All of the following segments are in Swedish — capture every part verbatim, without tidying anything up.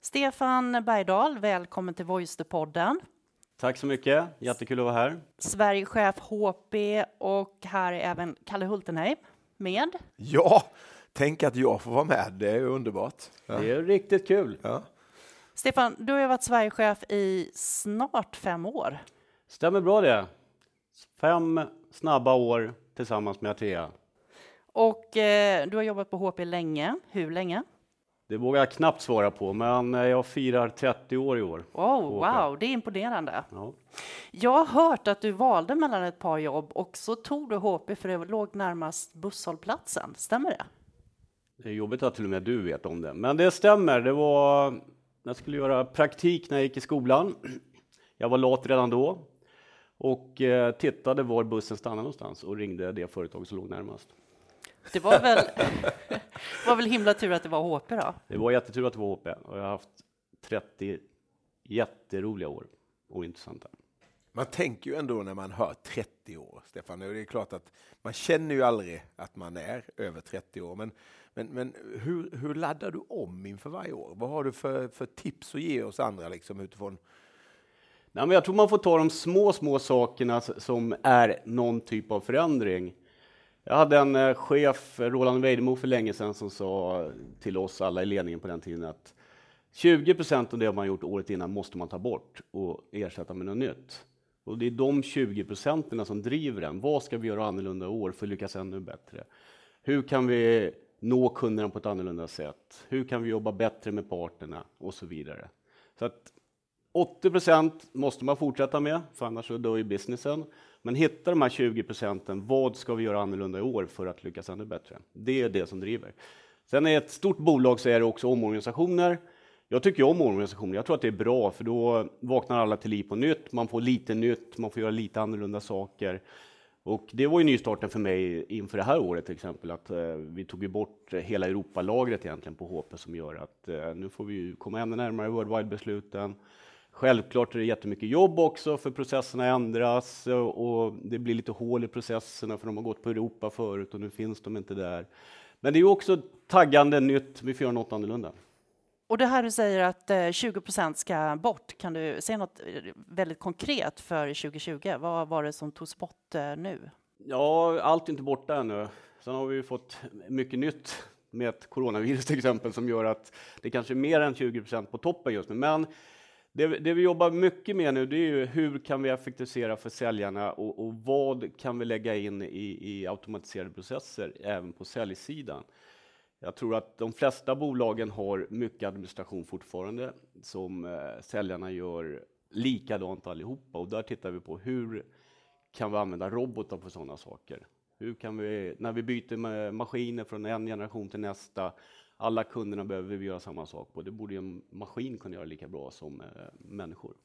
Stefan Bergdahl, välkommen till Voice-podden. Tack så mycket, jättekul att vara här. Sverigechef H P och här är även Kalle Hultenheim med. Ja, tänk att jag får vara med, det är underbart. Ja. Det är riktigt kul. Ja. Stefan, du har varit Sverigechef i snart fem år. Stämmer bra det. Fem snabba år tillsammans med Atea. Och eh, du har jobbat på H P länge. Hur länge? Det vågar jag knappt svara på, men jag firar trettio år i år. Oh, wow, det är imponerande. Ja. Jag har hört att du valde mellan ett par jobb och så tog du H P för det låg närmast busshållplatsen. Stämmer det? Det är jobbigt att till och med du vet om det. Men det stämmer. Det var, jag skulle göra praktik när jag gick i skolan. Jag var lat redan då. Och eh, tittade var bussen stannade någonstans och ringde det företag som låg närmast. Det var väl, var väl himla tur att det var H P då? Det var jättetur att det var H P. Och jag har haft trettio jätteroliga år och intressanta. Man tänker ju ändå när man hör trettio år, Stefan. Det är klart att man känner ju aldrig att man är över trettio år. Men, men, men hur, hur laddar du om inför varje år? Vad har du för, för tips att ge oss andra liksom, utifrån? Nej, men jag tror man får ta de små, små sakerna som är någon typ av förändring. Jag hade en eh, chef, Roland Weidemo, för länge sedan som sa till oss alla i ledningen på den tiden att tjugo procent av det man gjort året innan måste man ta bort och ersätta med något nytt. Och det är de tjugo procenten som driver den. Vad ska vi göra annorlunda i år för att lyckas ännu bättre? Hur kan vi nå kunderna på ett annorlunda sätt? Hur kan vi jobba bättre med parterna? Och så vidare. Så att åttio procent måste man fortsätta med, för annars så dör ju businessen. Men hitta de här tjugo procenten, vad ska vi göra annorlunda i år för att lyckas ännu bättre? Det är det som driver. Sen är ett stort bolag så är det också omorganisationer. Jag tycker om omorganisationer, jag tror att det är bra för då vaknar alla till liv på nytt. Man får lite nytt, man får göra lite annorlunda saker. Och det var ju nystarten för mig inför det här året till exempel. Att eh, vi tog ju bort hela Europalagret egentligen på H P som gör att eh, nu får vi komma ännu närmare worldwide-besluten. Självklart är det jättemycket jobb också för processerna ändras och det blir lite hål i processerna för de har gått på Europa förut och nu finns de inte där. Men det är ju också taggande nytt, vi får göra något annorlunda. Och det här du säger att eh, tjugo procent ska bort, kan du säga något väldigt konkret för tjugo tjugo? Vad var det som togs bort eh, nu? Ja, allt är inte borta ännu. Sen har vi ju fått mycket nytt med ett coronavirus till exempel som gör att det kanske är mer än tjugo procent på toppen just nu. Men Det, det vi jobbar mycket med nu det är ju hur kan vi effektivisera för säljarna och, och vad kan vi lägga in i, i automatiserade processer även på säljsidan. Jag tror att de flesta bolagen har mycket administration fortfarande som eh, säljarna gör likadant allihopa och där tittar vi på hur kan vi använda robotar på sådana saker. Hur kan vi, när vi byter maskiner från en generation till nästa, alla kunderna behöver vi göra samma sak på. Det borde ju en maskin kunna göra lika bra som eh, människor.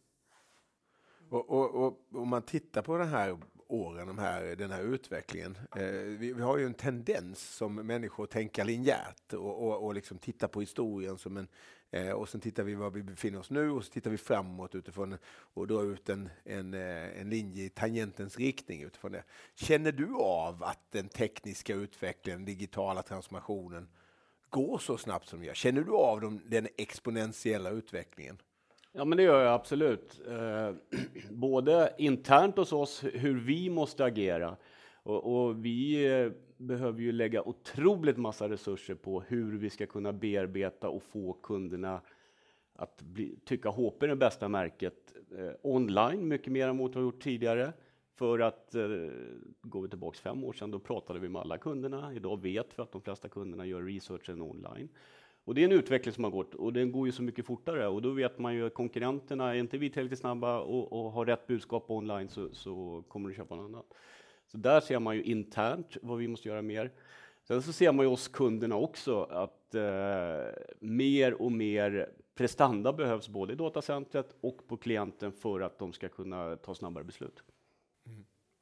Och, och, och om man tittar på den här åren, de här, den här utvecklingen. Eh, vi, vi har ju en tendens som människor att tänka linjärt och, och, och liksom titta på historien som en, eh, och sen tittar vi var vi befinner oss nu och så tittar vi framåt utifrån och drar ut en, en, en linje i tangentens riktning utifrån det. Känner du av att den tekniska utvecklingen, digitala transformationen går så snabbt som det gör? Känner du av dem, den exponentiella utvecklingen? Ja, men det gör jag absolut. Eh, både internt hos oss, hur vi måste agera. Och, och vi eh, behöver ju lägga otroligt massa resurser på hur vi ska kunna bearbeta och få kunderna att bli, tycka H P är det bästa märket eh, online, mycket mer än vad vi har gjort tidigare. För att eh, går vi tillbaka fem år sedan, då pratade vi med alla kunderna. Idag vet vi att de flesta kunderna gör researchen online. Och det är en utveckling som har gått och den går ju så mycket fortare. Och då vet man ju att konkurrenterna, är inte vi tillräckligt snabba och, och har rätt budskap online så, så kommer du köpa något annat. Så där ser man ju internt vad vi måste göra mer. Sen så ser man ju oss kunderna också att eh, mer och mer prestanda behövs både i datacentret och på klienten för att de ska kunna ta snabbare beslut. Mm.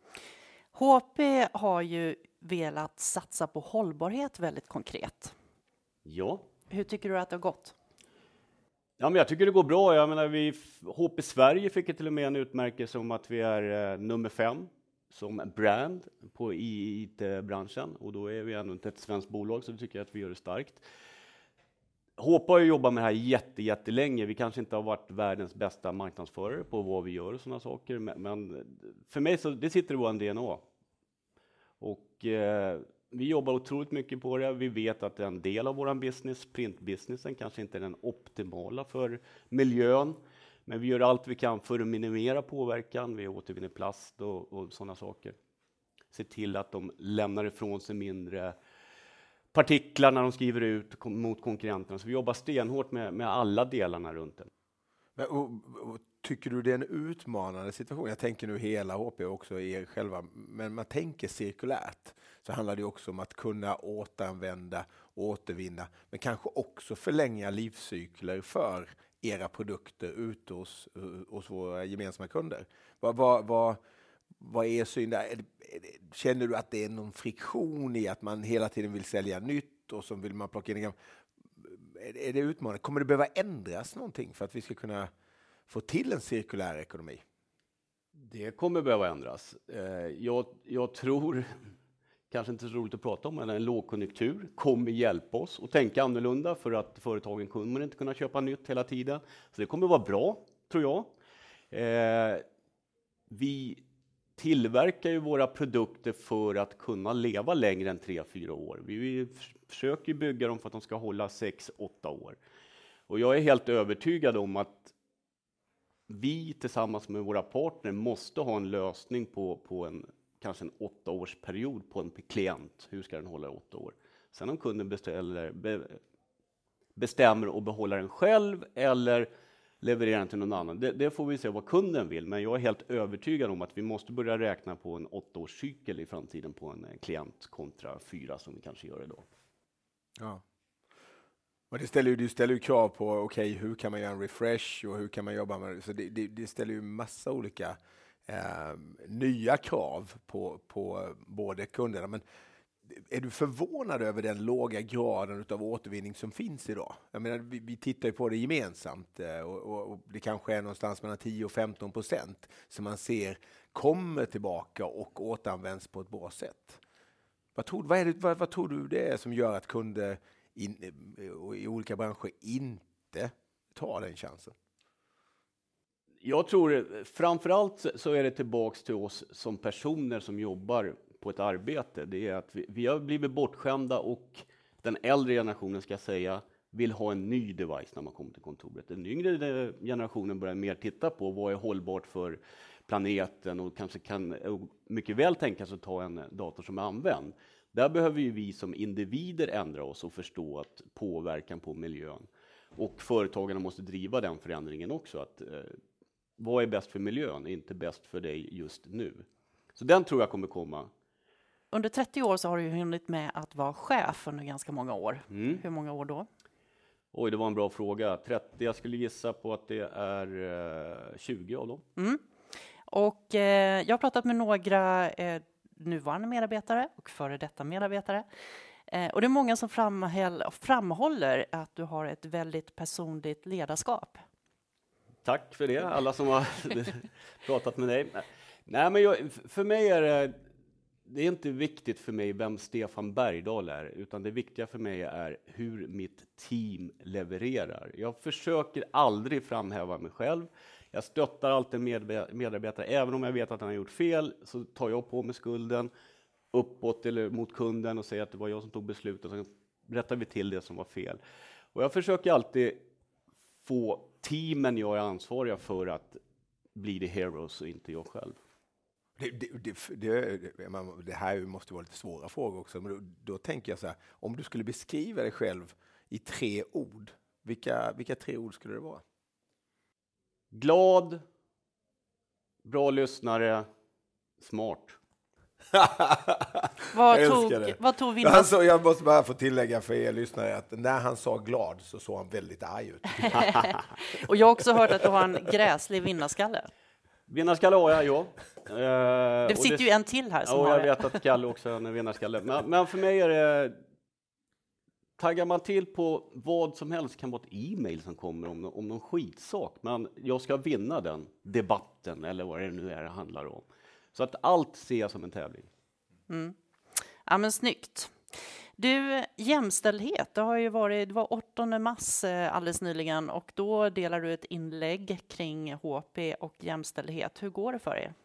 H P har ju velat satsa på hållbarhet väldigt konkret. Ja. Hur tycker du att det har gått? Ja, men jag tycker det går bra. Jag menar, vi, H P Sverige fick till och med en utmärkelse om att vi är eh, nummer fem som brand på I T-branschen. Och då är vi ändå inte ett svenskt bolag så det tycker jag att vi gör det starkt. H P har ju jobbat med det här jätte, jättelänge. Vi kanske inte har varit världens bästa marknadsförare på vad vi gör och sådana saker. Men, men för mig så det sitter i vår D N A. Och eh, vi jobbar otroligt mycket på det. Vi vet att en del av vår business, printbusinessen, kanske inte är den optimala för miljön. Men vi gör allt vi kan för att minimera påverkan. Vi återvinner plast och, och sådana saker. Se till att de lämnar ifrån sig mindre partiklar när de skriver ut mot konkurrenterna. Så vi jobbar stenhårt med, med alla delarna runt det. Men, och, och, tycker du det är en utmanande situation? Jag tänker nu hela H P också er själva. Men man tänker cirkulärt. Så handlar det också om att kunna återanvända, återvinna. Men kanske också förlänga livscykler för era produkter ute hos, hos våra gemensamma kunder. Vad, vad, vad, vad är syn där? Är det, är det, känner du att det är någon friktion i att man hela tiden vill sälja nytt och så vill man plocka in en gammal? Är, är det utmanande? Kommer det behöva ändras någonting för att vi ska kunna få till en cirkulär ekonomi? Det kommer behöva ändras. Jag, jag tror, kanske inte så roligt att prata om, men en lågkonjunktur kommer hjälpa oss att tänka annorlunda för att företagen kommer inte kunna köpa nytt hela tiden. Så det kommer vara bra, tror jag. Eh, vi tillverkar ju våra produkter för att kunna leva längre än tre, fyra år. Vi, vi försöker bygga dem för att de ska hålla sex, åtta år. Och jag är helt övertygad om att vi tillsammans med våra partner måste ha en lösning på, på en kanske en åttaårsperiod på en klient. Hur ska den hålla i åtta år? Sen om kunden beställer, be, bestämmer och behåller den själv eller levererar den till någon annan. Det, det får vi se vad kunden vill. Men jag är helt övertygad om att vi måste börja räkna på en åttaårscykel i framtiden på en klient kontra fyra som vi kanske gör idag. Ja. Och det ställer ju, det ställer ju krav på okej, okay, hur kan man göra en refresh och hur kan man jobba med det. Så det, det, det ställer ju massa olika eh, nya krav på, på både kunderna. Men är du förvånad över den låga graden av återvinning som finns idag? Jag menar, vi, vi tittar ju på det gemensamt eh, och, och, och det kanske är någonstans mellan tio och femton procent som man ser kommer tillbaka och återanvänds på ett bra sätt. Vad tror, vad är det, vad, vad tror du det är som gör att kunder In, i olika branscher inte tar den chansen? Jag tror framförallt så är det tillbaks till oss som personer som jobbar på ett arbete. Det är att vi, vi har blivit bortskämda och den äldre generationen ska säga vill ha en ny device när man kommer till kontoret. Den yngre generationen börjar mer titta på vad är hållbart för planeten och kanske kan mycket väl tänka sig att ta en dator som är använd. Där behöver ju vi som individer ändra oss och förstå att påverkan på miljön. Och företagarna måste driva den förändringen också. Att, eh, vad är bäst för miljön är inte bäst för dig just nu. Så den tror jag kommer komma. Under trettio år så har du ju hunnit med att vara chef under ganska många år. Mm. Hur många år då? Oj, det var en bra fråga. trettio, jag skulle gissa på att det är eh, tjugo av dem. Mm. Och eh, jag har pratat med några eh, nuvarande medarbetare och före detta medarbetare. Eh, och det är många som framhäll, framhåller att du har ett väldigt personligt ledarskap. Tack för det, alla som har pratat med dig. Nej, men jag, för mig är det, det är inte viktigt för mig vem Stefan Bergdahl är, utan det viktiga för mig är hur mitt team levererar. Jag försöker aldrig framhäva mig själv. Jag stöttar alltid medarbetare, även om jag vet att han har gjort fel så tar jag på mig skulden uppåt eller mot kunden och säger att det var jag som tog beslutet och sen rättar vi till det som var fel. Och jag försöker alltid få teamen jag är ansvariga för att bli the heroes och inte jag själv. Det, det, det, det, man, det här måste vara lite svåra frågor också, men då, då tänker jag så här, om du skulle beskriva dig själv i tre ord, vilka, vilka tre ord skulle det vara? Glad, bra lyssnare, smart. vad, tog, vad tog vinnaren? Alltså, jag måste bara få tillägga för er lyssnare att när han sa glad så såg han väldigt arg ut. Och jag har också hört att du har en gräslig vinnarskalle. Vinnarskalle har jag, ja. Uh, det sitter det, ju en till här som ja, har jag vet att Kalle också har en vinnarskalle. Men, men för mig är det, taggar man till på vad som helst kan vara ett e-mail som kommer om, om någon skitsak. Men jag ska vinna den debatten eller vad det nu är det handlar om. Så att allt ser jag som en tävling. Mm. Ja, men snyggt. Du, jämställdhet, det har ju varit, det var åttonde mars alldeles nyligen och då delar du ett inlägg kring H P och jämställdhet. Hur går det för er?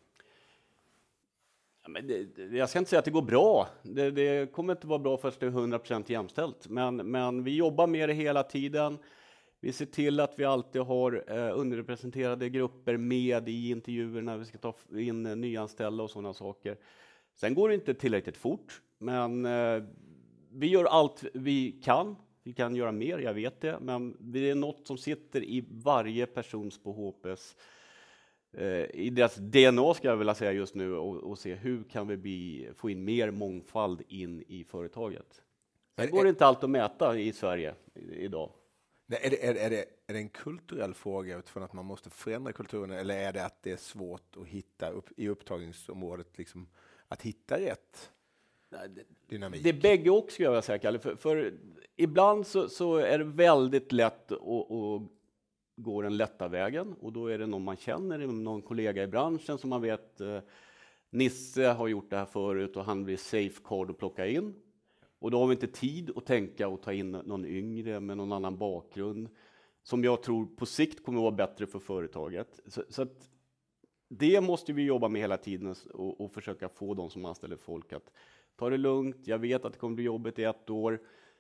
Ja, men det, jag ska inte säga att det går bra. Det, det kommer inte vara bra först det är hundra procent jämställt. Men, men vi jobbar med det hela tiden. Vi ser till att vi alltid har eh, underrepresenterade grupper med i intervjuer när vi ska ta in eh, nyanställda och sådana saker. Sen går det inte tillräckligt fort, men eh, vi gör allt vi kan. Vi kan göra mer, jag vet det. Men det är något som sitter i varje persons på H P:s eh, i deras D N A ska jag vilja säga just nu och, och se hur kan vi bli, få in mer mångfald in i företaget. Det går inte allt att mäta i Sverige idag. Är det, är, det, är det en kulturell fråga utifrån att man måste förändra kulturen eller är det att det är svårt att hitta upp, i upptagningsområdet liksom, att hitta rätt dynamik? Det är bägge och ska jag vilja säga, Kalle. För, för ibland så, så är det väldigt lätt att, att gå den lätta vägen och då är det någon man känner, någon kollega i branschen som man vet eh, Nisse har gjort det här förut och han blir safeguard att plocka in. Och då har vi inte tid att tänka och ta in någon yngre med någon annan bakgrund som jag tror på sikt kommer att vara bättre för företaget. Så, så att det måste vi jobba med hela tiden och, och försöka få de som anställer folk att ta det lugnt. Jag vet att det kommer bli jobbigt i ett år,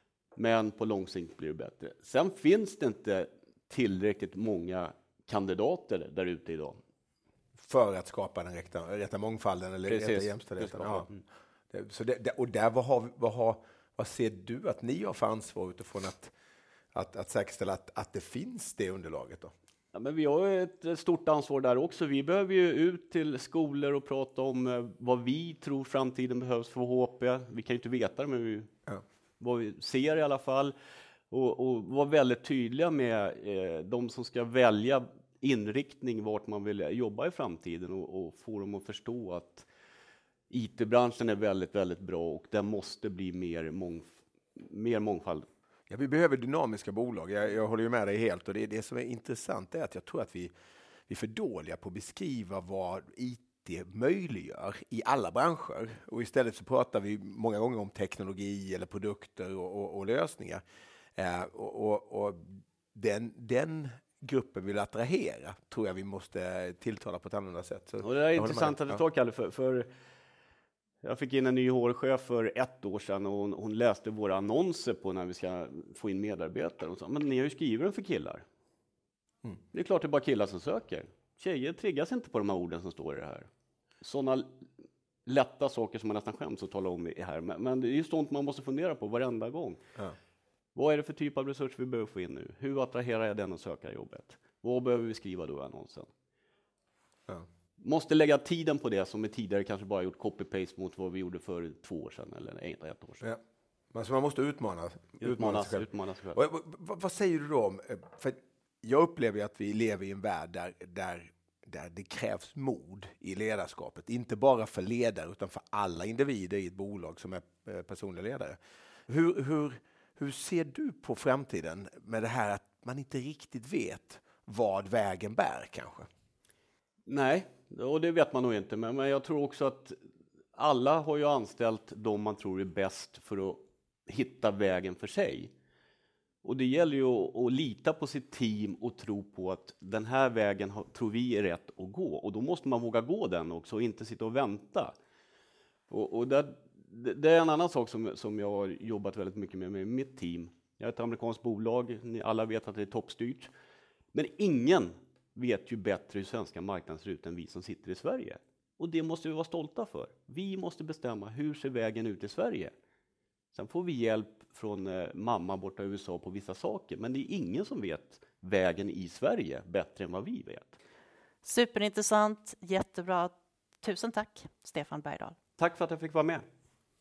men på lång sikt blir det bättre. Sen finns det inte tillräckligt många kandidater där ute idag. För att skapa den rätta, rätta mångfalden eller Precis, rätta jämställdheten. Ja. Mm. Så det, och där, vad, har, vad, har, vad ser du att ni har för ansvar utifrån att, att, att säkerställa att, att det finns det underlaget då? Ja, men vi har ett stort ansvar där också. Vi behöver ju ut till skolor och prata om vad vi tror framtiden behövs för H P. Vi kan ju inte veta det, men vi, ja. vad vi ser i alla fall. Och, och vara väldigt tydliga med eh, de som ska välja inriktning vart man vill jobba i framtiden och, och få dem att förstå att I T-branschen är väldigt, väldigt bra och den måste bli mer, mångf- mer mångfald. Ja, vi behöver dynamiska bolag. Jag, jag håller ju med dig helt och det, det som är intressant är att jag tror att vi, vi är för dåliga på att beskriva vad I T möjliggör i alla branscher. Och istället så pratar vi många gånger om teknologi eller produkter och, och, och lösningar. Eh, och och, och den, den gruppen vill attrahera tror jag vi måste tilltala på ett annorlunda sätt. Så och det är intressant att du tar, Kalle, för, för jag fick in en ny H R-chef för ett år sedan och hon, hon läste våra annonser på när vi ska få in medarbetare och sa, men ni har ju skrivit den för killar. Mm. Det är klart det är bara killar som söker. Tjejer triggas inte på de här orden som står i det här. Sådana lätta saker som man nästan skäms att tala om i här. Men, men det är ju sånt man måste fundera på varenda gång. Ja. Vad är det för typ av resurs vi behöver få in nu? Hur attraherar jag den att söka jobbet? Vad behöver vi skriva då i annonsen? Ja. Måste lägga tiden på det som vi tidigare kanske bara gjort copy-paste mot vad vi gjorde för två år sedan eller ett, ett år sedan. Ja. Men så man måste utmana, utmana, utmana sig själv. Utmana sig själv. Och, vad, vad säger du då om, för jag upplever att vi lever i en värld där, där, där det krävs mod i ledarskapet. Inte bara för ledare utan för alla individer i ett bolag som är personliga ledare. Hur, hur, hur ser du på framtiden med det här att man inte riktigt vet vad vägen bär kanske? Nej, och det vet man nog inte. Men jag tror också att alla har ju anställt de man tror är bäst för att hitta vägen för sig. Och det gäller ju att, att lita på sitt team och tro på att den här vägen har, tror vi är rätt att gå. Och då måste man våga gå den också och inte sitta och vänta. Och, och det, det är en annan sak som, som jag har jobbat väldigt mycket med med mitt team. Jag är ett amerikanskt bolag, ni alla vet att det är toppstyrt. Men ingen vet ju bättre hur svenska marknaden ser ut än vi som sitter i Sverige. Och det måste vi vara stolta för. Vi måste bestämma hur ser vägen ut i Sverige. Sen får vi hjälp från eh, mamma borta i U S A på vissa saker. Men det är ingen som vet vägen i Sverige bättre än vad vi vet. Superintressant, jättebra. Tusen tack, Stefan Bergdahl. Tack för att jag fick vara med.